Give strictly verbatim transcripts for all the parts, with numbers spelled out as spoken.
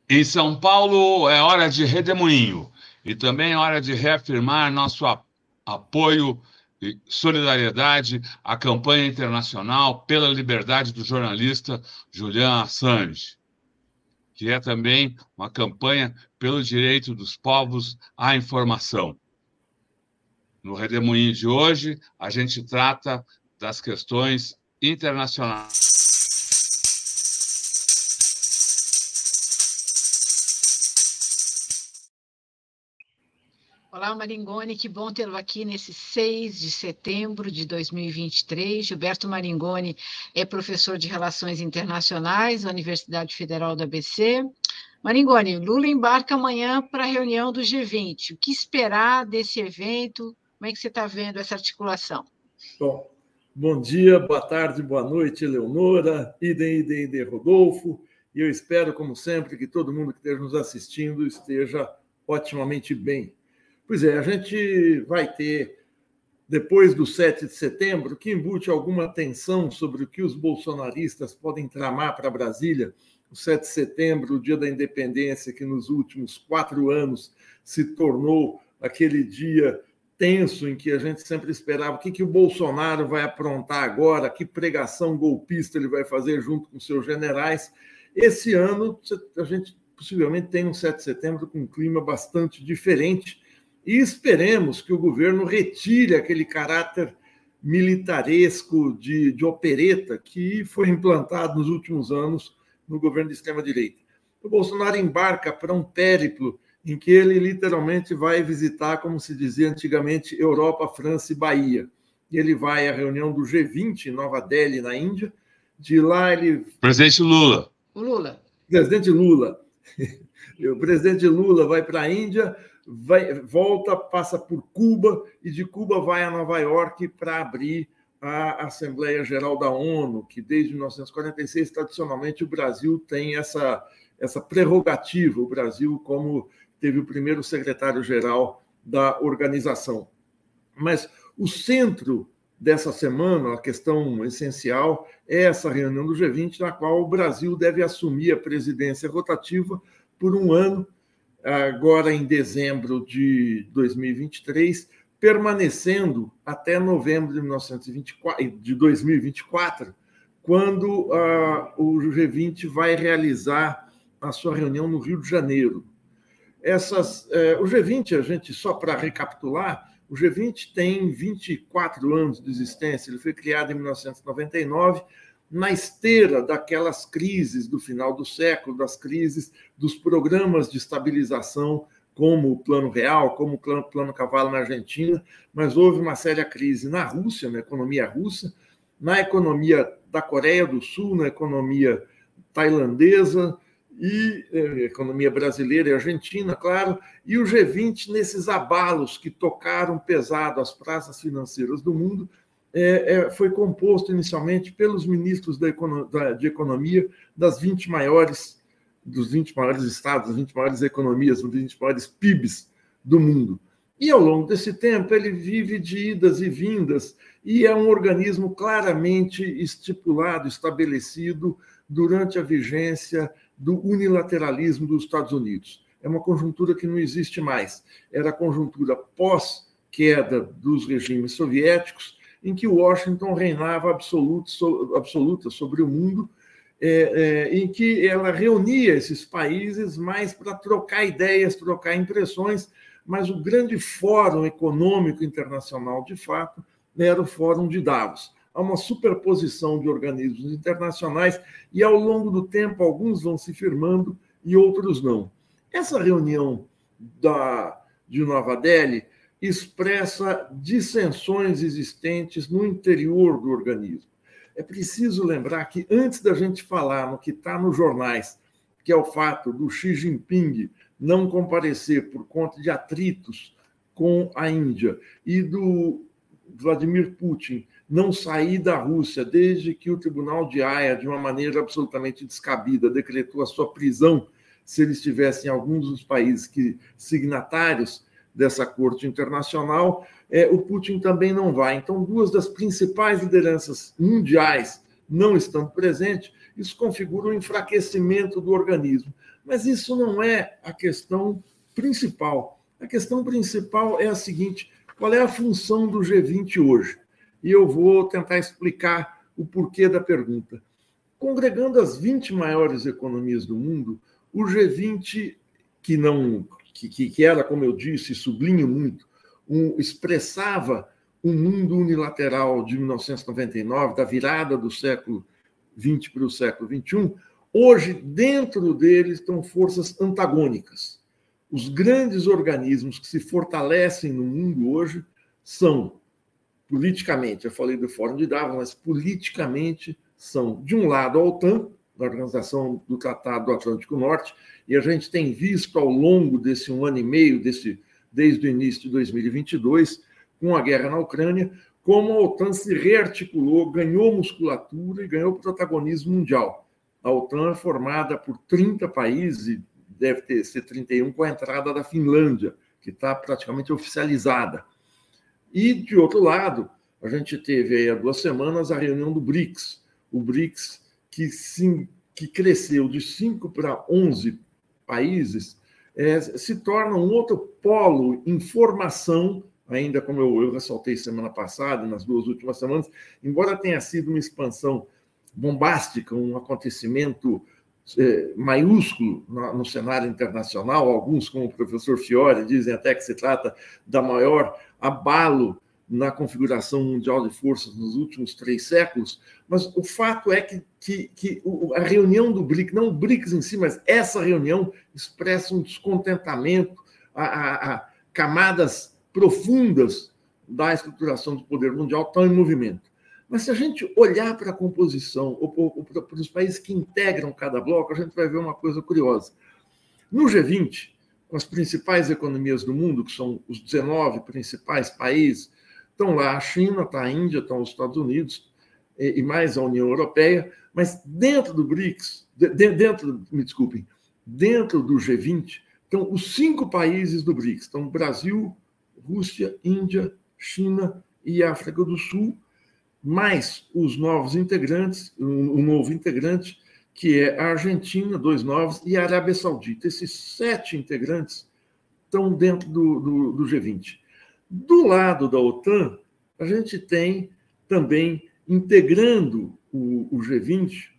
Em São Paulo é hora de redemoinho e também é hora de reafirmar nosso a- apoio e solidariedade à campanha internacional pela liberdade do jornalista Julian Assange, que é também uma campanha pelo direito dos povos à informação. No redemoinho de hoje, a gente trata das questões internacionais. Olá, Maringoni, que bom tê-lo aqui nesse seis de setembro de dois mil e vinte e três. Gilberto Maringoni é professor de Relações Internacionais da Universidade Federal do A B C. Maringoni, Lula embarca amanhã para a reunião do G vinte. O que esperar desse evento? Como é que você está vendo essa articulação? Bom, bom dia, boa tarde, boa noite, Eleonora, idem, idem, idem, Rodolfo. E eu espero, como sempre, que todo mundo que esteja nos assistindo esteja otimamente bem. Pois é, a gente vai ter, depois do sete de setembro, que embute alguma tensão sobre o que os bolsonaristas podem tramar para Brasília. O sete de setembro, o dia da independência, que nos últimos quatro anos se tornou aquele dia tenso em que a gente sempre esperava o que, que o Bolsonaro vai aprontar agora, que pregação golpista ele vai fazer junto com seus generais. Esse ano, a gente possivelmente tem um sete de setembro com um clima bastante diferente, e esperemos que o governo retire aquele caráter militaresco de, de opereta que foi implantado nos últimos anos no governo de extrema-direita. O Bolsonaro embarca para um périplo em que ele literalmente vai visitar, como se dizia antigamente, Europa, França e Bahia. Ele vai à reunião do G vinte em Nova Delhi, na Índia. De lá ele... Presidente Lula. O Lula. Presidente Lula. O presidente Lula vai para a Índia, vai, volta, passa por Cuba, e de Cuba vai a Nova York para abrir a Assembleia Geral da ONU, que desde mil novecentos e quarenta e seis, tradicionalmente, o Brasil tem essa, essa prerrogativa, o Brasil como teve o primeiro secretário-geral da organização. Mas o centro dessa semana, a questão essencial, é essa reunião do G vinte, na qual o Brasil deve assumir a presidência rotativa por um ano, agora em dezembro de dois mil e vinte e três, permanecendo até novembro de, mil novecentos e vinte e quatro, de dois mil e vinte e quatro, quando uh, o G vinte vai realizar a sua reunião no Rio de Janeiro. Essas, eh, o G vinte, a gente, só para recapitular, o G vinte tem vinte e quatro anos de existência, ele foi criado em mil novecentos e noventa e nove, na esteira daquelas crises do final do século, das crises dos programas de estabilização, como o Plano Real, como o Plano, Plano Cavalo na Argentina, mas houve uma séria crise na Rússia, na economia russa, na economia da Coreia do Sul, na economia tailandesa, e eh, economia brasileira e argentina, claro, e o G vinte, nesses abalos que tocaram pesado as praças financeiras do mundo, eh, eh, foi composto inicialmente pelos ministros da, da, de economia das vinte maiores, dos vinte maiores estados, das vinte maiores economias, dos vinte maiores P I Bs do mundo. E, ao longo desse tempo, ele vive de idas e vindas, e é um organismo claramente estipulado, estabelecido durante a vigência do unilateralismo dos Estados Unidos. É uma conjuntura que não existe mais. Era a conjuntura pós-queda dos regimes soviéticos, em que Washington reinava absoluta, absoluta sobre o mundo, é, é, em que ela reunia esses países mais para trocar ideias, trocar impressões, mas o grande fórum econômico internacional, de fato, era o Fórum de Davos. Há uma superposição de organismos internacionais e, ao longo do tempo, alguns vão se firmando e outros não. Essa reunião da, de Nova Delhi expressa dissensões existentes no interior do organismo. É preciso lembrar que, antes da gente falar no que está nos jornais, que é o fato do Xi Jinping não comparecer por conta de atritos com a Índia e do Vladimir Putin não sair da Rússia desde que o Tribunal de Haia, de uma maneira absolutamente descabida, decretou a sua prisão se ele estivesse em alguns dos países que, signatários dessa corte internacional, é, o Putin também não vai. Então, duas das principais lideranças mundiais não estando presentes, isso configura um enfraquecimento do organismo. Mas isso não é a questão principal. A questão principal é a seguinte: qual é a função do G vinte hoje? E eu vou tentar explicar o porquê da pergunta. Congregando as vinte maiores economias do mundo, o G vinte, que, não, que, que era, como eu disse, sublinho muito, um, expressava um mundo unilateral de mil novecentos e noventa e nove, da virada do século vinte para o século vinte e um, hoje, dentro dele, estão forças antagônicas. Os grandes organismos que se fortalecem no mundo hoje são, politicamente, eu falei do Fórum de Davos, mas politicamente são, de um lado, a OTAN, da Organização do Tratado do Atlântico Norte, e a gente tem visto ao longo desse um ano e meio, desse, desde o início de dois mil e vinte e dois, com a guerra na Ucrânia, como a OTAN se rearticulou, ganhou musculatura e ganhou protagonismo mundial. A OTAN é formada por trinta países, deve ter, ser trinta e um, com a entrada da Finlândia, que está praticamente oficializada. E, de outro lado, a gente teve aí há duas semanas a reunião do BRICS, o BRICS que, sim, que cresceu de cinco para onze países, é, se torna um outro polo em formação, ainda como eu, eu ressaltei semana passada, nas duas últimas semanas, embora tenha sido uma expansão bombástica, um acontecimento é, maiúsculo no, no cenário internacional, alguns, como o professor Fiore, dizem até que se trata da maior abalo na configuração mundial de forças nos últimos três séculos, mas o fato é que, que, que a reunião do BRICS, não o BRICS em si, mas essa reunião expressa um descontentamento, a, a, a camadas profundas da estruturação do poder mundial estão em movimento. Mas se a gente olhar para a composição, ou, ou para os países que integram cada bloco, a gente vai ver uma coisa curiosa. No G vinte, com as principais economias do mundo, que são os dezenove principais países, estão lá a China, está a Índia, estão os Estados Unidos e, e mais a União Europeia, mas dentro do BRICS, de, dentro, me desculpem, dentro do G vinte, estão os cinco países do BRICS, estão Brasil, Rússia, Índia, China e África do Sul, mais os novos integrantes, um novo integrante, que é a Argentina, dois novos, e a Arábia Saudita. Esses sete integrantes estão dentro do, do, do G vinte. Do lado da OTAN, a gente tem também, integrando o, o G vinte,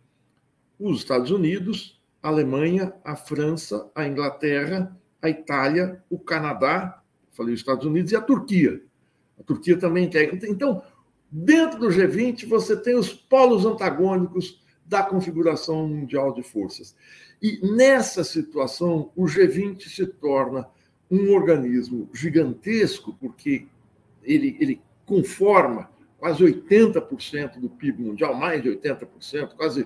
os Estados Unidos, a Alemanha, a França, a Inglaterra, a Itália, o Canadá, falei os Estados Unidos, e a Turquia. A Turquia também integra. Então, dentro do G vinte, você tem os polos antagônicos da configuração mundial de forças. E nessa situação, o G vinte se torna um organismo gigantesco, porque ele, ele conforma quase oitenta por cento do P I B mundial, mais de oitenta por cento, quase,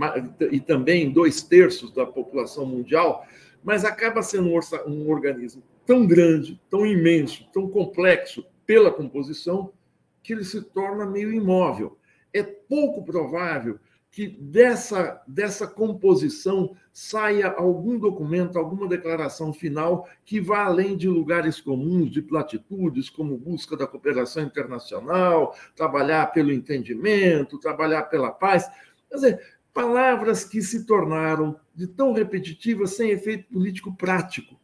e também dois terços da população mundial, mas acaba sendo um, um organismo tão grande, tão imenso, tão complexo pela composição, que ele se torna meio imóvel. É pouco provável que dessa, dessa composição saia algum documento, alguma declaração final que vá além de lugares comuns, de platitudes, como busca da cooperação internacional, trabalhar pelo entendimento, trabalhar pela paz. Quer dizer, palavras que se tornaram de tão repetitivas sem efeito político prático.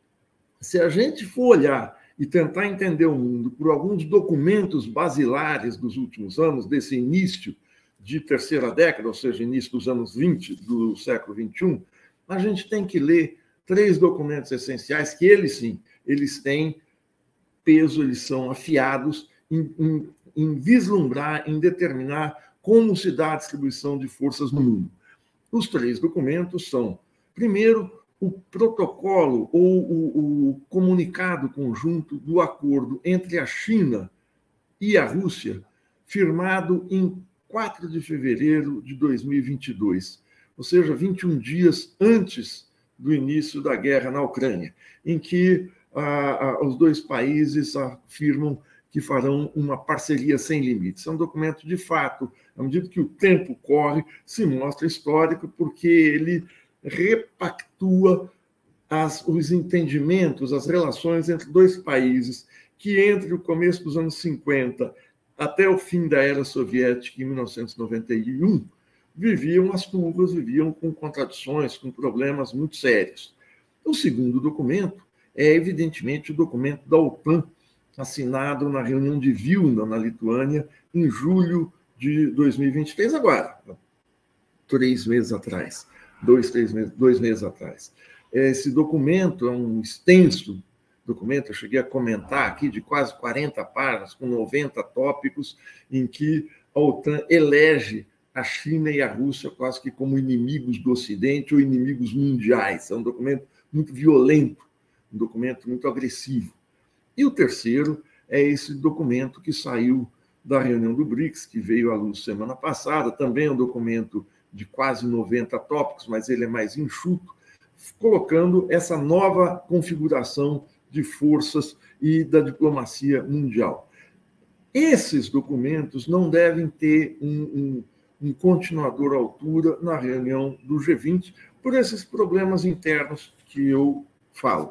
Se a gente for olhar e tentar entender o mundo por alguns documentos basilares dos últimos anos, desse início de terceira década, ou seja, início dos anos vinte do século vinte e um, a gente tem que ler três documentos essenciais que eles, sim, eles têm peso, eles são afiados em, em, em vislumbrar, em determinar como se dá a distribuição de forças no mundo. Os três documentos são, primeiro, o protocolo ou o, o comunicado conjunto do acordo entre a China e a Rússia, firmado em quatro de fevereiro de dois mil e vinte e dois, ou seja, vinte e um dias antes do início da guerra na Ucrânia, em que ah, ah, os dois países afirmam que farão uma parceria sem limites. É um documento, de fato, à medida que o tempo corre, se mostra histórico, porque ele repactua as, os entendimentos, as relações entre dois países que, entre o começo dos anos cinquenta até o fim da era soviética, em mil novecentos e noventa e um, viviam as turvas, viviam com contradições, com problemas muito sérios. O segundo documento é, evidentemente, o documento da OTAN, assinado na reunião de Vilna, na Lituânia, em julho de dois mil e vinte e três, agora, três meses atrás, dois, três meses, dois meses atrás. Esse documento é um extenso documento, eu cheguei a comentar aqui, de quase quarenta páginas, com noventa tópicos, em que a OTAN elege a China e a Rússia quase que como inimigos do Ocidente ou inimigos mundiais. É um documento muito violento, um documento muito agressivo. E o terceiro é esse documento que saiu da reunião do BRICS, que veio à luz semana passada, também é um documento de quase noventa tópicos, mas ele é mais enxuto, colocando essa nova configuração de forças e da diplomacia mundial. Esses documentos não devem ter um, um, um continuador à altura na reunião do G vinte, por esses problemas internos que eu falo.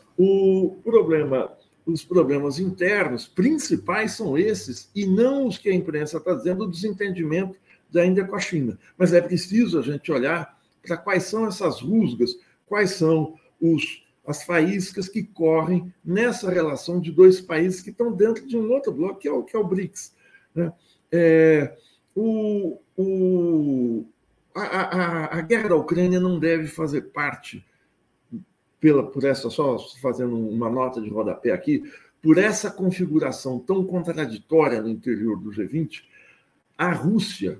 O problema, os problemas internos principais são esses, e não os que a imprensa está dizendo, o desentendimento da Índia com a China. Mas é preciso a gente olhar para quais são essas rusgas, quais são os, as faíscas que correm nessa relação de dois países que estão dentro de um outro bloco, que é o, que é o BRICS. Né? É, o, o, a, a, a guerra da Ucrânia não deve fazer parte, pela, por essa, só fazendo uma nota de rodapé aqui, por essa configuração tão contraditória no interior do G vinte, a Rússia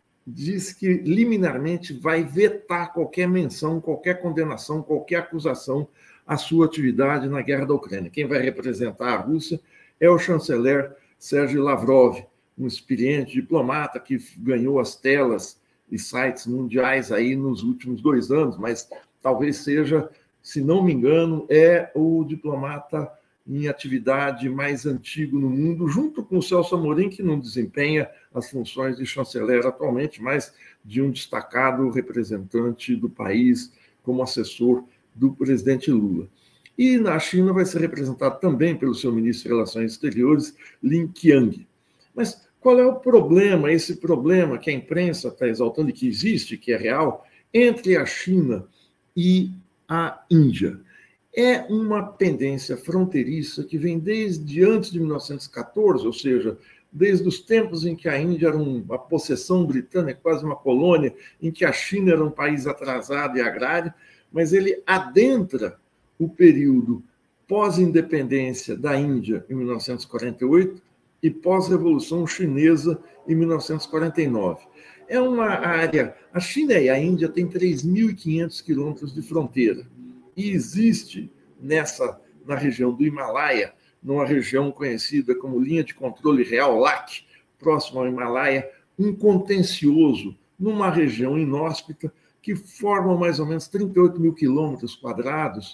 diz que liminarmente vai vetar qualquer menção, qualquer condenação, qualquer acusação à sua atividade na guerra da Ucrânia. Quem vai representar a Rússia é o chanceler Sergei Lavrov, um experiente diplomata que ganhou as telas e sites mundiais aí nos últimos dois anos, mas talvez seja, se não me engano, é o diplomata em atividade mais antigo no mundo, junto com o Celso Amorim, que não desempenha as funções de chanceler atualmente, mas de um destacado representante do país como assessor do presidente Lula. E na China vai ser representado também pelo seu ministro de Relações Exteriores, Lin Qiang. Mas qual é o problema, esse problema que a imprensa está exaltando e que existe, que é real, entre a China e a Índia? É uma pendência fronteiriça que vem desde antes de mil novecentos e catorze, ou seja, desde os tempos em que a Índia era uma possessão britânica, quase uma colônia, em que a China era um país atrasado e agrário, mas ele adentra o período pós-independência da Índia, em mil novecentos e quarenta e oito, e pós-revolução chinesa, em mil novecentos e quarenta e nove. É uma área... A China e a Índia têm três mil e quinhentos quilômetros de fronteira. E existe nessa, na região do Himalaia, numa região conhecida como linha de controle real, L A C, próximo ao Himalaia, um contencioso numa região inóspita que forma mais ou menos trinta e oito mil quilômetros quadrados,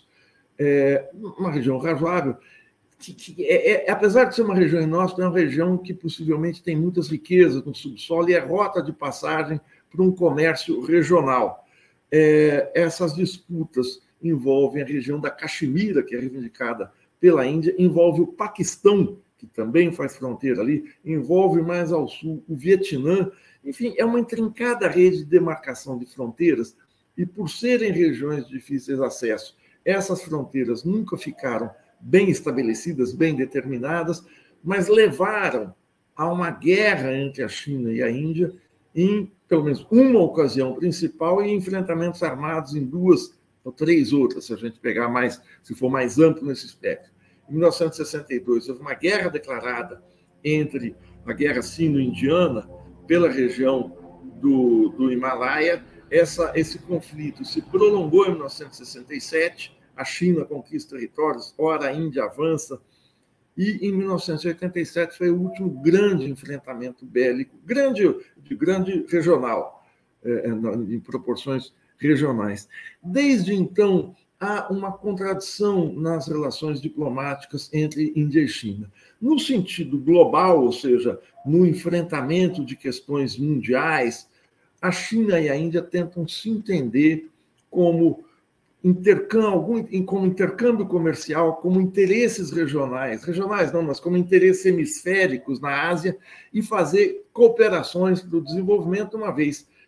é, uma região razoável, que, que é, é, apesar de ser uma região inóspita, é uma região que possivelmente tem muitas riquezas no subsolo e é rota de passagem para um comércio regional. É, essas disputas envolvem a região da Caxemira, que é reivindicada pela Índia, envolve o Paquistão, que também faz fronteira ali, envolve mais ao sul o Vietnã. Enfim, é uma intrincada rede de demarcação de fronteiras, e por serem regiões de difíceis acesso, essas fronteiras nunca ficaram bem estabelecidas, bem determinadas, mas levaram a uma guerra entre a China e a Índia em, pelo menos, uma ocasião principal e enfrentamentos armados em duas ou três outras, se a gente pegar mais, se for mais amplo nesse espectro. Em mil novecentos e sessenta e dois, houve uma guerra declarada entre a guerra sino-indiana pela região do, do Himalaia. Essa, esse conflito se prolongou em mil novecentos e sessenta e sete, a China conquista territórios, ora a Índia avança, e em mil novecentos e oitenta e sete foi o último grande enfrentamento bélico, grande, de grande regional, é, em proporções regionais. Desde então, há uma contradição nas relações diplomáticas entre Índia e China. No sentido global, ou seja, no enfrentamento de questões mundiais, a China e a Índia tentam se entender como intercâmbio, como intercâmbio comercial, como interesses regionais, regionais não, mas como interesses hemisféricos na Ásia, e fazer cooperações do desenvolvimento, uma vez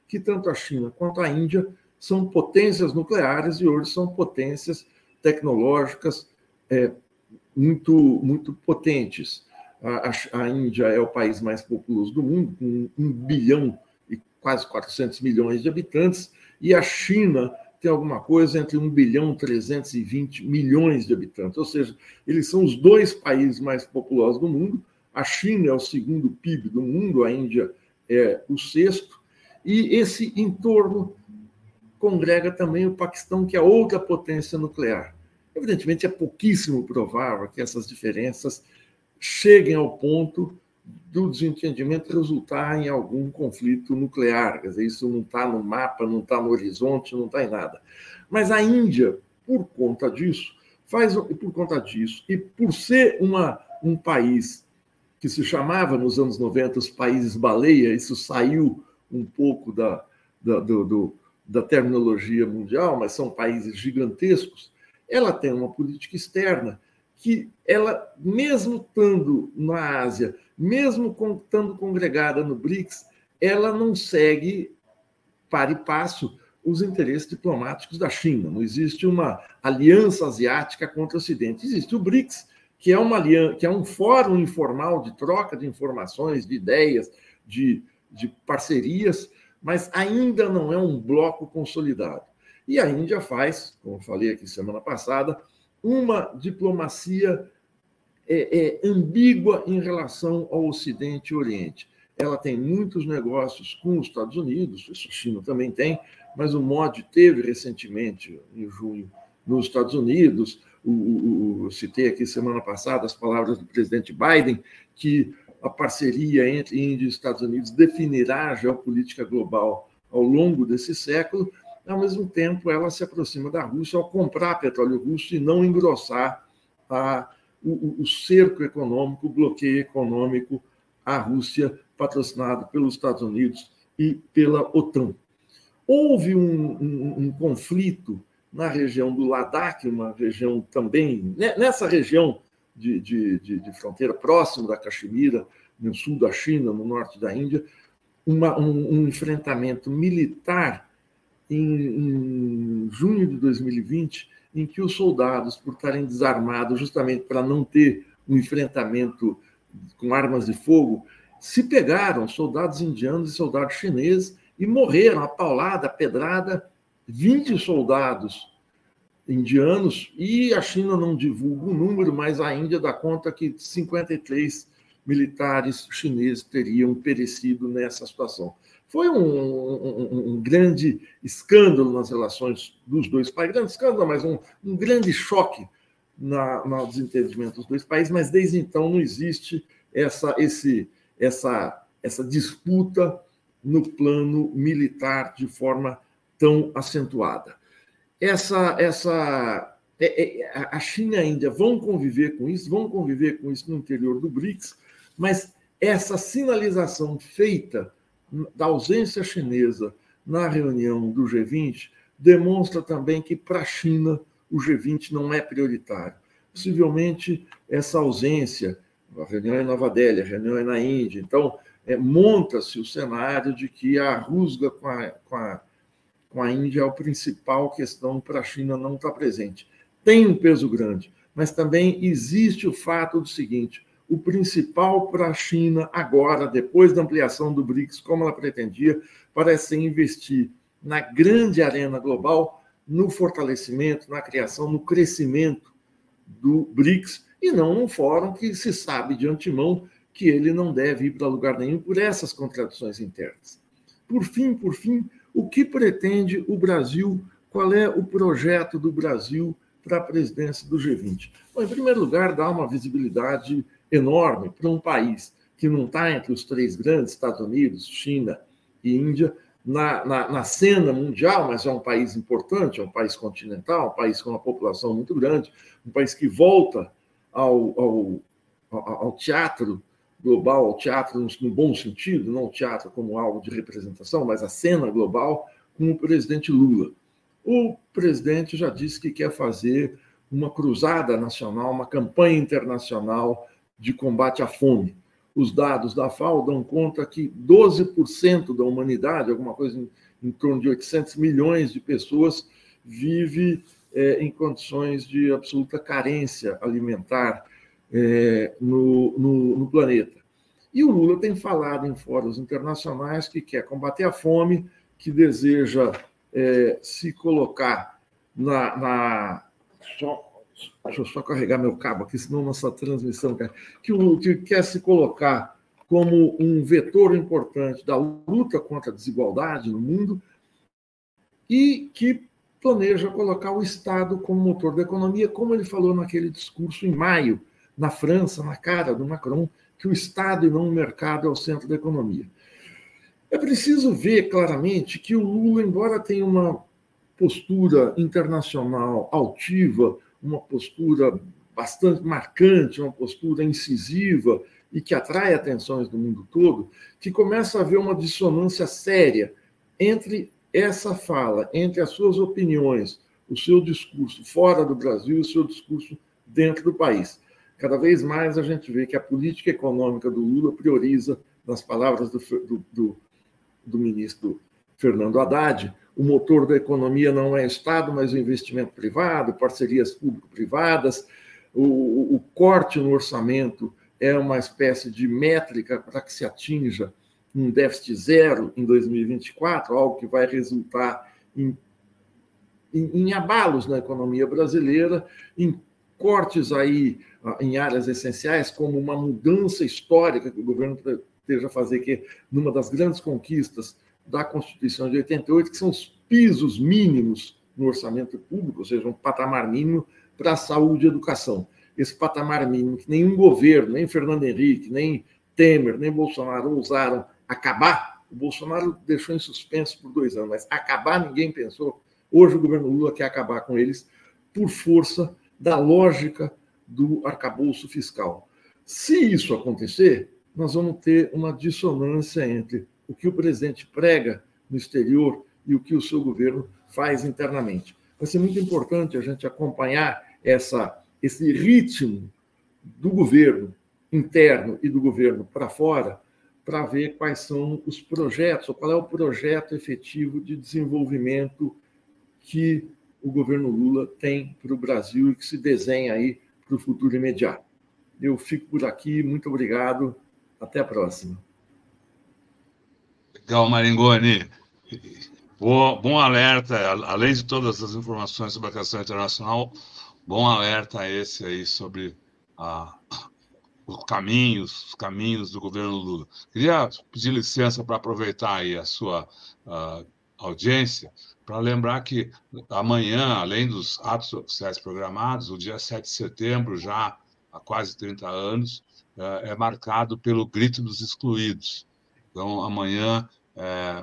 que tanto a China quanto a Índia são potências nucleares e hoje são potências tecnológicas é, muito, muito potentes. A, a, a Índia é o país mais populoso do mundo, com um bilhão e quase quatrocentos milhões de habitantes, e a China tem alguma coisa entre um bilhão e trezentos e vinte milhões de habitantes, ou seja, eles são os dois países mais populosos do mundo. A China é o segundo P I B do mundo, a Índia é o sexto, e esse entorno congrega também o Paquistão, que é outra potência nuclear. Evidentemente, é pouquíssimo provável que essas diferenças cheguem ao ponto do desentendimento resultar em algum conflito nuclear. Quer dizer, isso não está no mapa, não está no horizonte, não está em nada. Mas a Índia, por conta disso, faz por conta disso, e por ser uma, um país que se chamava nos anos noventa os países baleia, isso saiu um pouco da, da, do, do, da terminologia mundial, mas são países gigantescos, ela tem uma política externa que ela, mesmo estando na Ásia, mesmo estando congregada no BRICS, ela não segue para e passo os interesses diplomáticos da China. Não existe uma aliança asiática contra o Ocidente. Existe o BRICS, que é, uma aliança, que é um fórum informal de troca de informações, de ideias, de, de parcerias, mas ainda não é um bloco consolidado. E a Índia faz, como eu falei aqui semana passada, uma diplomacia é, é, ambígua em relação ao Ocidente e Oriente. Ela tem muitos negócios com os Estados Unidos, isso a China também tem, mas o Modi teve recentemente, em junho, nos Estados Unidos. O, o, o, citei aqui semana passada as palavras do presidente Biden, que a parceria entre Índia e Estados Unidos definirá a geopolítica global ao longo desse século. Ao mesmo tempo, ela se aproxima da Rússia ao comprar petróleo russo e não engrossar a, o, o cerco econômico, o bloqueio econômico à Rússia, patrocinado pelos Estados Unidos e pela OTAN. Houve um, um, um conflito na região do Ladakh, uma região também, nessa região de, de, de, de fronteira próximo da Caxemira, no sul da China, no norte da Índia, uma, um, um enfrentamento militar em, em junho de dois mil e vinte, em que os soldados, por estarem desarmados, justamente para não ter um enfrentamento com armas de fogo, se pegaram, soldados indianos e soldados chineses, e morreram, a paulada, a pedrada, vinte soldados indianos, e a China não divulga o número, mas a Índia dá conta que cinquenta e três militares chineses teriam perecido nessa situação. Foi um, um, um grande escândalo nas relações dos dois países, grande escândalo, mas um, um grande choque na, no desentendimento dos dois países, mas desde então não existe essa, esse, essa, essa disputa no plano militar de forma tão acentuada. Essa, essa, a China e a Índia vão conviver com isso, vão conviver com isso no interior do BRICS, mas essa sinalização feita da ausência chinesa na reunião do G vinte demonstra também que, para a China, o G vinte não é prioritário. Possivelmente, essa ausência, a reunião é em Nova Delhi, a reunião é na Índia, então, é, monta-se o cenário de que a rusga com a, com a, com a Índia é a principal questão para a China não estar presente. Tem um peso grande, mas também existe o fato do seguinte: o principal para a China agora, depois da ampliação do BRICS, como ela pretendia, parece investir na grande arena global, no fortalecimento, na criação, no crescimento do BRICS, e não num fórum que se sabe de antemão que ele não deve ir para lugar nenhum por essas contradições internas. Por fim, por fim, o que pretende o Brasil? Qual é o projeto do Brasil para a presidência do G vinte? Bom, em primeiro lugar, dá uma visibilidade enorme para um país que não está entre os três grandes, Estados Unidos, China e Índia, na, na, na cena mundial, mas é um país importante, é um país continental, um país com uma população muito grande, um país que volta ao, ao, ao teatro global, ao teatro no bom sentido, não o teatro como algo de representação, mas a cena global, com o presidente Lula. O presidente já disse que quer fazer uma cruzada nacional, uma campanha internacional de combate à fome. os dados da F A O dão conta que doze por cento da humanidade, alguma coisa em, em torno de oitocentos milhões de pessoas, vive é, em condições de absoluta carência alimentar é, no, no, no planeta. E o Lula tem falado em fóruns internacionais que quer combater a fome, que deseja é, se colocar na... na só, deixa eu só carregar meu cabo aqui, senão nossa transmissão... Que, o, que quer se colocar como um vetor importante da luta contra a desigualdade no mundo e que planeja colocar o Estado como motor da economia, como ele falou naquele discurso em maio, na França, na cara do Macron, que o Estado e não o mercado é o centro da economia. É preciso ver claramente que o Lula, embora tenha uma postura internacional altiva, uma postura bastante marcante, uma postura incisiva e que atrai atenções do mundo todo, que começa a haver uma dissonância séria entre essa fala, entre as suas opiniões, o seu discurso fora do Brasil e o seu discurso dentro do país. Cada vez mais a gente vê que a política econômica do Lula prioriza, nas palavras do, do, do, do ministro Fernando Haddad, o motor da economia não é Estado, mas o investimento privado, parcerias público-privadas, o, o corte no orçamento é uma espécie de métrica para que se atinja um déficit zero em dois mil e vinte e quatro, algo que vai resultar em, em, em abalos na economia brasileira, em cortes aí em áreas essenciais, como uma mudança histórica que o governo esteja fazer, que numa das grandes conquistas da Constituição de oitenta e oito, que são os pisos mínimos no orçamento público, ou seja, um patamar mínimo para a saúde e educação. Esse patamar mínimo que nenhum governo, nem Fernando Henrique, nem Temer, nem Bolsonaro ousaram acabar. O Bolsonaro deixou em suspenso por dois anos, mas acabar ninguém pensou. Hoje o governo Lula quer acabar com eles por força da lógica do arcabouço fiscal. Se isso acontecer, nós vamos ter uma dissonância entre o que o presidente prega no exterior e o que o seu governo faz internamente. Vai ser muito importante a gente acompanhar essa, esse ritmo do governo interno e do governo para fora, para ver quais são os projetos, ou qual é o projeto efetivo de desenvolvimento que o governo Lula tem para o Brasil e que se desenha aí para o futuro imediato. Eu fico por aqui, muito obrigado, até a próxima. Legal, Maringoni. Bom, bom alerta, além de todas as informações sobre a questão internacional, bom alerta esse aí sobre a, os caminhos, os caminhos do governo Lula. Queria pedir licença para aproveitar aí a sua uh, audiência, para lembrar que amanhã, além dos atos oficiais programados, o dia sete de setembro, já há quase trinta anos, uh, é marcado pelo Grito dos Excluídos. Então, amanhã é,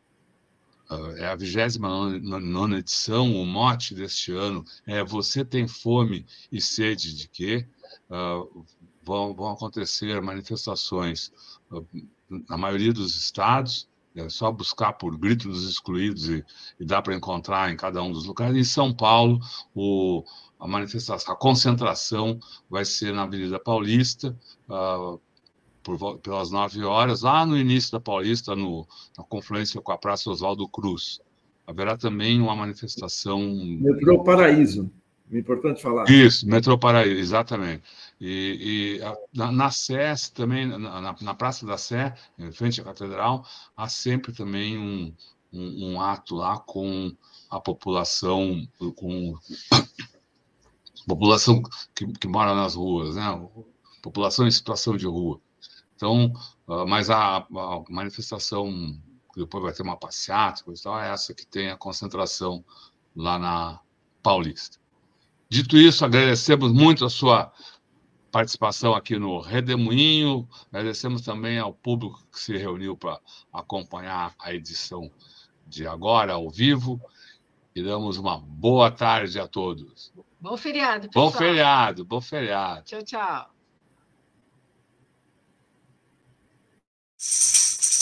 é a vigésima nona edição, o mote deste ano é Você tem fome e sede de quê? Uh, vão, vão acontecer manifestações uh, na maioria dos estados, é só buscar por Grito dos Excluídos e, e dá para encontrar em cada um dos lugares. Em São Paulo, o, a manifestação, a concentração vai ser na Avenida Paulista, uh, Por, pelas nove horas, lá no início da Paulista, no, na confluência com a Praça Oswaldo Cruz. Haverá também uma manifestação... Metrô Paraíso, é importante falar. Isso, Metrô Paraíso, exatamente. E, e a, na, na Sé também, na, na Praça da Sé, em frente à Catedral, há sempre também um, um, um ato lá com a população, com a população que, que mora nas ruas, né? População em situação de rua. Então, uh, mas a, a manifestação, que depois vai ter uma passeata, coisa e tal, é essa que tem a concentração lá na Paulista. Dito isso, agradecemos muito a sua participação aqui no Redemoinho, agradecemos também ao público que se reuniu para acompanhar a edição de agora, ao vivo, e damos uma boa tarde a todos. Bom feriado, pessoal. Bom feriado, bom feriado. Tchau, tchau.